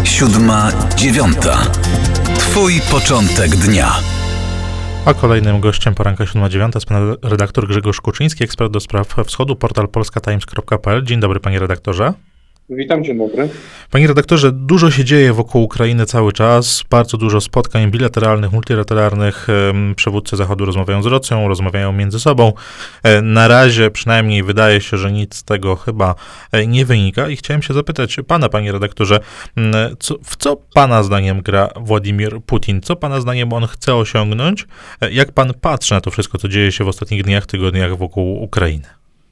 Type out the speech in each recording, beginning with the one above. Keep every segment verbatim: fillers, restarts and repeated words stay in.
Siódma, dziewiąta. Twój początek dnia. A kolejnym gościem poranka siódma dziewiąta jest pan redaktor Grzegorz Kuczyński, ekspert do spraw wschodu, portal polska times kropka p l. Dzień dobry, panie redaktorze. Witam, dzień dobry. Panie redaktorze, dużo się dzieje wokół Ukrainy cały czas, bardzo dużo spotkań bilateralnych, multilateralnych. Przywódcy Zachodu rozmawiają z Rosją, rozmawiają między sobą. Na razie przynajmniej wydaje się, że nic z tego chyba nie wynika i chciałem się zapytać pana, panie redaktorze, co, w co pana zdaniem gra Władimir Putin? Co pana zdaniem on chce osiągnąć? Jak pan patrzy na to wszystko, co dzieje się w ostatnich dniach, tygodniach wokół Ukrainy?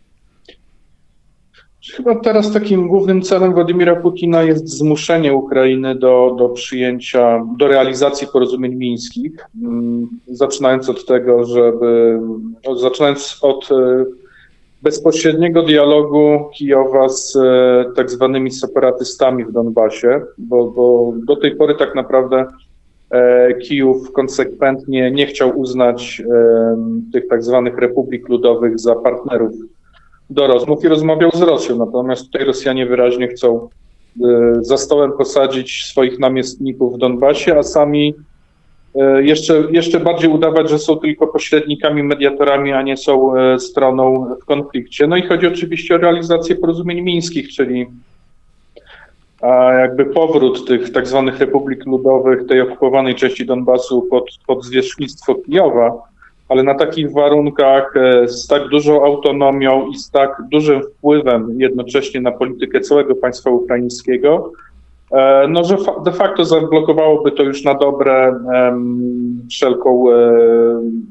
Chyba teraz takim głównym celem Władimira Putina jest zmuszenie Ukrainy do, do przyjęcia, do realizacji porozumień mińskich, zaczynając od tego, żeby, zaczynając od bezpośredniego dialogu Kijowa z tak zwanymi separatystami w Donbasie, bo, bo do tej pory tak naprawdę Kijów konsekwentnie nie chciał uznać tych tak zwanych republik ludowych za partnerów do rozmów i rozmawiał z Rosją. Natomiast tutaj Rosjanie wyraźnie chcą y, za stołem posadzić swoich namiestników w Donbasie, a sami y, jeszcze, jeszcze bardziej udawać, że są tylko pośrednikami, mediatorami, a nie są y, stroną w konflikcie. No i chodzi oczywiście o realizację porozumień mińskich, czyli a jakby powrót tych tak zwanych republik ludowych, tej okupowanej części Donbasu pod, pod zwierzchnictwo Kijowa, ale na takich warunkach z tak dużą autonomią i z tak dużym wpływem jednocześnie na politykę całego państwa ukraińskiego, no że de facto zablokowałoby to już na dobre um, wszelką um,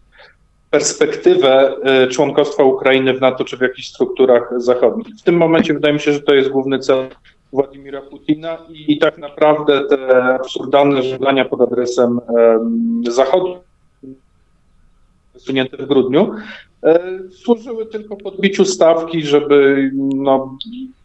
perspektywę członkostwa Ukrainy w NATO czy w jakichś strukturach zachodnich. W tym momencie wydaje mi się, że to jest główny cel Władimira Putina i, i tak naprawdę te absurdalne żądania pod adresem um, Zachodu, wysunięte w grudniu, e, służyły tylko podbiciu stawki, żeby no,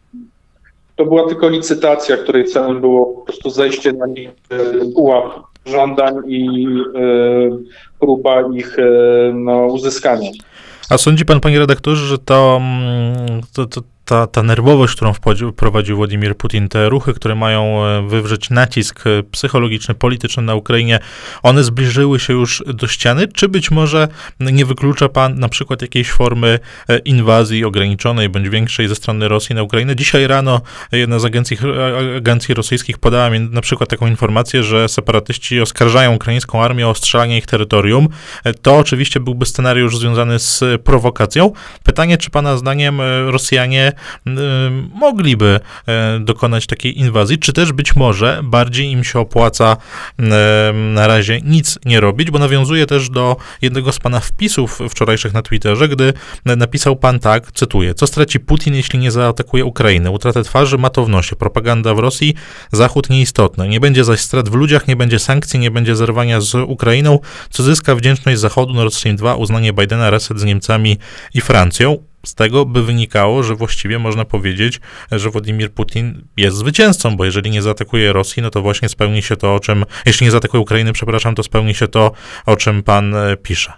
to była tylko licytacja, której celem było po prostu zejście na niej pułap żądań i e, próba ich e, no, uzyskania. A sądzi pan, panie redaktorze, że to, to, to Ta, ta nerwowość, którą wprowadził Władimir Putin, te ruchy, które mają wywrzeć nacisk psychologiczny, polityczny na Ukrainie, one zbliżyły się już do ściany? Czy być może nie wyklucza pan na przykład jakiejś formy inwazji ograniczonej bądź większej ze strony Rosji na Ukrainę? Dzisiaj rano jedna z agencji, agencji rosyjskich podała mi na przykład taką informację, że separatyści oskarżają ukraińską armię o ostrzelanie ich terytorium. To oczywiście byłby scenariusz związany z prowokacją. Pytanie, czy pana zdaniem Rosjanie mogliby dokonać takiej inwazji, czy też być może bardziej im się opłaca na razie nic nie robić, bo nawiązuje też do jednego z pana wpisów wczorajszych na Twitterze, gdy napisał pan tak, cytuję: co straci Putin, jeśli nie zaatakuje Ukrainy? Utratę twarzy ma to w nosie. Propaganda w Rosji, Zachód nieistotny. Nie będzie zaś strat w ludziach, nie będzie sankcji, nie będzie zerwania z Ukrainą, co zyska wdzięczność Zachodu, Nord Stream dwa, uznanie Bidena, reset z Niemcami i Francją. Z tego by wynikało, że właściwie można powiedzieć, że Władimir Putin jest zwycięzcą, bo jeżeli nie zaatakuje Rosji, no to właśnie spełni się to, o czym, jeśli nie zaatakuje Ukrainy, przepraszam, to spełni się to, o czym pan pisze.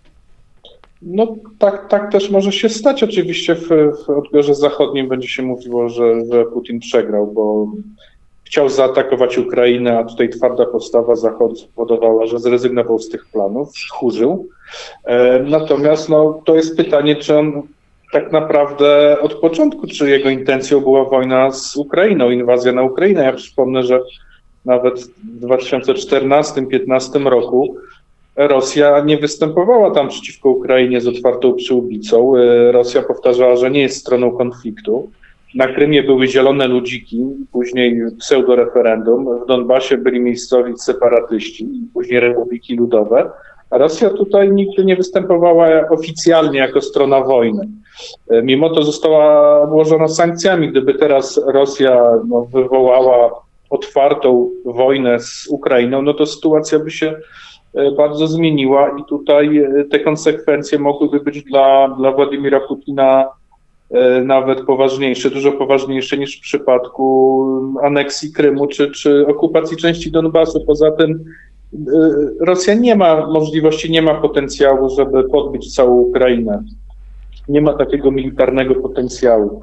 No tak, tak też może się stać. Oczywiście w, w odbiorze zachodnim będzie się mówiło, że, że Putin przegrał, bo chciał zaatakować Ukrainę, a tutaj twarda postawa Zachodu spowodowała, że zrezygnował z tych planów, stchórzył. E, natomiast no, to jest pytanie, czy on tak naprawdę od początku, czy jego intencją była wojna z Ukrainą, inwazja na Ukrainę. Ja przypomnę, że nawet w dwa tysiące czternastym do dwa tysiące piętnastym roku Rosja nie występowała tam przeciwko Ukrainie z otwartą przyłbicą. Rosja powtarzała, że nie jest stroną konfliktu. Na Krymie były zielone ludziki, później pseudoreferendum. W Donbasie byli miejscowi separatyści, później republiki ludowe. A Rosja tutaj nigdy nie występowała oficjalnie jako strona wojny. Mimo to została obłożona sankcjami. Gdyby teraz Rosja no, wywołała otwartą wojnę z Ukrainą, no to sytuacja by się bardzo zmieniła i tutaj te konsekwencje mogłyby być dla, dla Władimira Putina nawet poważniejsze, dużo poważniejsze niż w przypadku aneksji Krymu czy, czy okupacji części Donbasu. Poza tym Rosja nie ma możliwości, nie ma potencjału, żeby podbić całą Ukrainę. Nie ma takiego militarnego potencjału.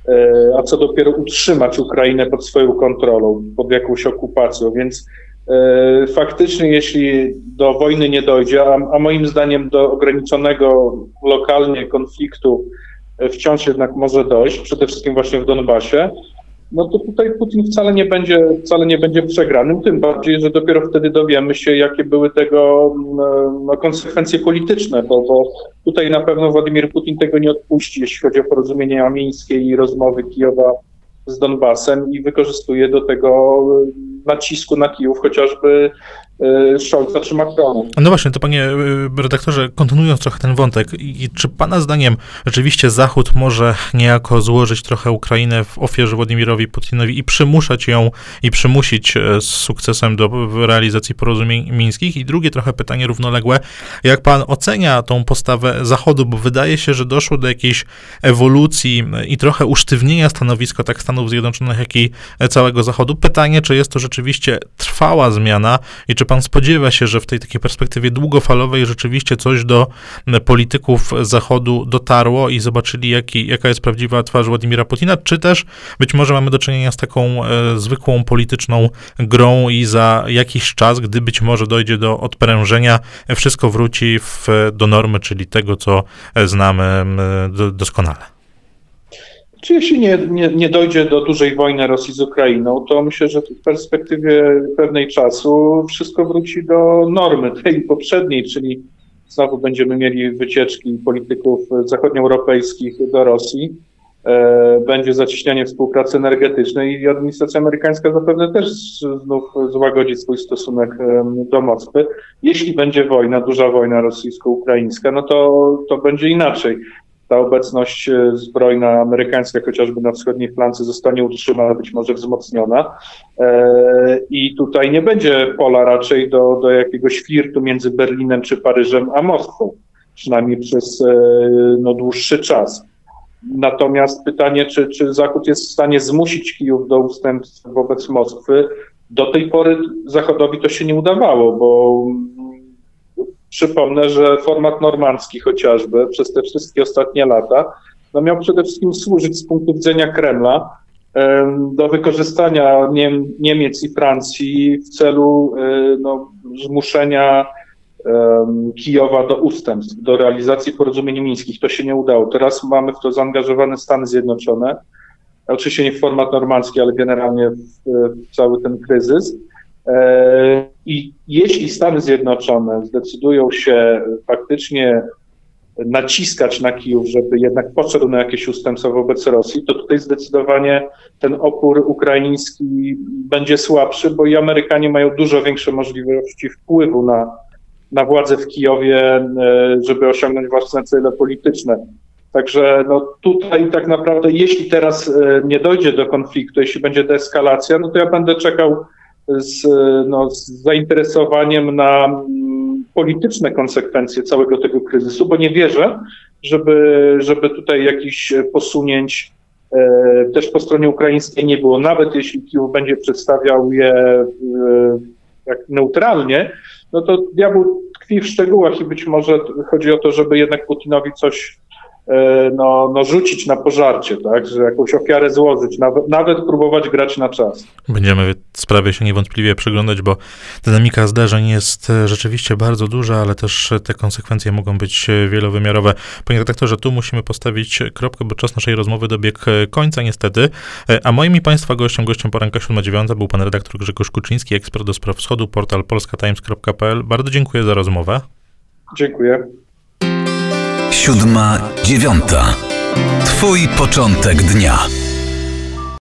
a co dopiero utrzymać Ukrainę pod swoją kontrolą, pod jakąś okupacją, więc faktycznie jeśli do wojny nie dojdzie, a, a moim zdaniem do ograniczonego lokalnie konfliktu wciąż jednak może dojść, przede wszystkim właśnie w Donbasie, no to tutaj Putin wcale nie będzie, wcale nie będzie przegranym, tym bardziej, że dopiero wtedy dowiemy się, jakie były tego no, konsekwencje polityczne, bo, bo tutaj na pewno Władimir Putin tego nie odpuści, jeśli chodzi o porozumienia mińskie i rozmowy Kijowa z Donbasem i wykorzystuje do tego nacisku na Kijów chociażby Scholza czy Macrona. No właśnie, to panie redaktorze, kontynuując trochę ten wątek, i czy pana zdaniem rzeczywiście Zachód może niejako złożyć trochę Ukrainę w ofierze Władimirowi Putinowi i przymuszać ją i przymusić z sukcesem do realizacji porozumień mińskich? I drugie trochę pytanie równoległe, jak pan ocenia tą postawę Zachodu, bo wydaje się, że doszło do jakiejś ewolucji i trochę usztywnienia stanowiska tak Stanów Zjednoczonych, jak i całego Zachodu. Pytanie, czy jest to rzeczywiście trwała zmiana i czy pan spodziewa się, że w tej takiej perspektywie długofalowej rzeczywiście coś do polityków Zachodu dotarło i zobaczyli, jaki, jaka jest prawdziwa twarz Władimira Putina, czy też być może mamy do czynienia z taką e, zwykłą polityczną grą i za jakiś czas, gdy być może dojdzie do odprężenia, wszystko wróci w, do normy, czyli tego, co znamy e, do, doskonale. Czy jeśli nie, nie, nie dojdzie do dużej wojny Rosji z Ukrainą, to myślę, że w perspektywie pewnej czasu wszystko wróci do normy tej poprzedniej, czyli znowu będziemy mieli wycieczki polityków zachodnioeuropejskich do Rosji, e, będzie zacieśnianie współpracy energetycznej i administracja amerykańska zapewne też znów złagodzi swój stosunek do Moskwy. Jeśli będzie wojna, duża wojna rosyjsko-ukraińska, no to, to będzie inaczej. Ta obecność zbrojna amerykańska chociażby na wschodniej flance zostanie utrzymana, być może wzmocniona i tutaj nie będzie pola raczej do, do jakiegoś flirtu między Berlinem czy Paryżem a Moskwą, przynajmniej przez no, dłuższy czas. Natomiast pytanie, czy, czy Zachód jest w stanie zmusić Kijów do ustępstw wobec Moskwy, do tej pory Zachodowi to się nie udawało, bo przypomnę, że format normandzki chociażby przez te wszystkie ostatnie lata no miał przede wszystkim służyć z punktu widzenia Kremla do wykorzystania Niem- Niemiec i Francji w celu no, zmuszenia um, Kijowa do ustępstw, do realizacji porozumień mińskich. To się nie udało. Teraz mamy w to zaangażowane Stany Zjednoczone. Oczywiście nie w format normandzki, ale generalnie w, w cały ten kryzys. I jeśli Stany Zjednoczone zdecydują się faktycznie naciskać na Kijów, żeby jednak poszedł na jakieś ustępstwa wobec Rosji, to tutaj zdecydowanie ten opór ukraiński będzie słabszy, bo i Amerykanie mają dużo większe możliwości wpływu na, na władzę w Kijowie, żeby osiągnąć własne cele polityczne. Także no tutaj tak naprawdę, jeśli teraz nie dojdzie do konfliktu, jeśli będzie deeskalacja, no to ja będę czekał z, no, z zainteresowaniem na mm, polityczne konsekwencje całego tego kryzysu, bo nie wierzę, żeby, żeby tutaj jakichś posunięć e, też po stronie ukraińskiej nie było. Nawet jeśli Kijów będzie przedstawiał je e, jak neutralnie, no to diabeł tkwi w szczegółach i być może chodzi o to, żeby jednak Putinowi coś No, no rzucić na pożarcie, tak, że jakąś ofiarę złożyć, nawet, nawet próbować grać na czas. Będziemy sprawie się niewątpliwie przyglądać, bo dynamika zdarzeń jest rzeczywiście bardzo duża, ale też te konsekwencje mogą być wielowymiarowe. Panie redaktorze, tu musimy postawić kropkę, bo czas naszej rozmowy dobiegł końca niestety, a moim i państwa gościem, gościem poranka siódma dziewiąta był pan redaktor Grzegorz Kuczyński, ekspert do spraw wschodu, portal polska times kropka p l. Bardzo dziękuję za rozmowę. Dziękuję. Siódma dziewiąta. Twój początek dnia.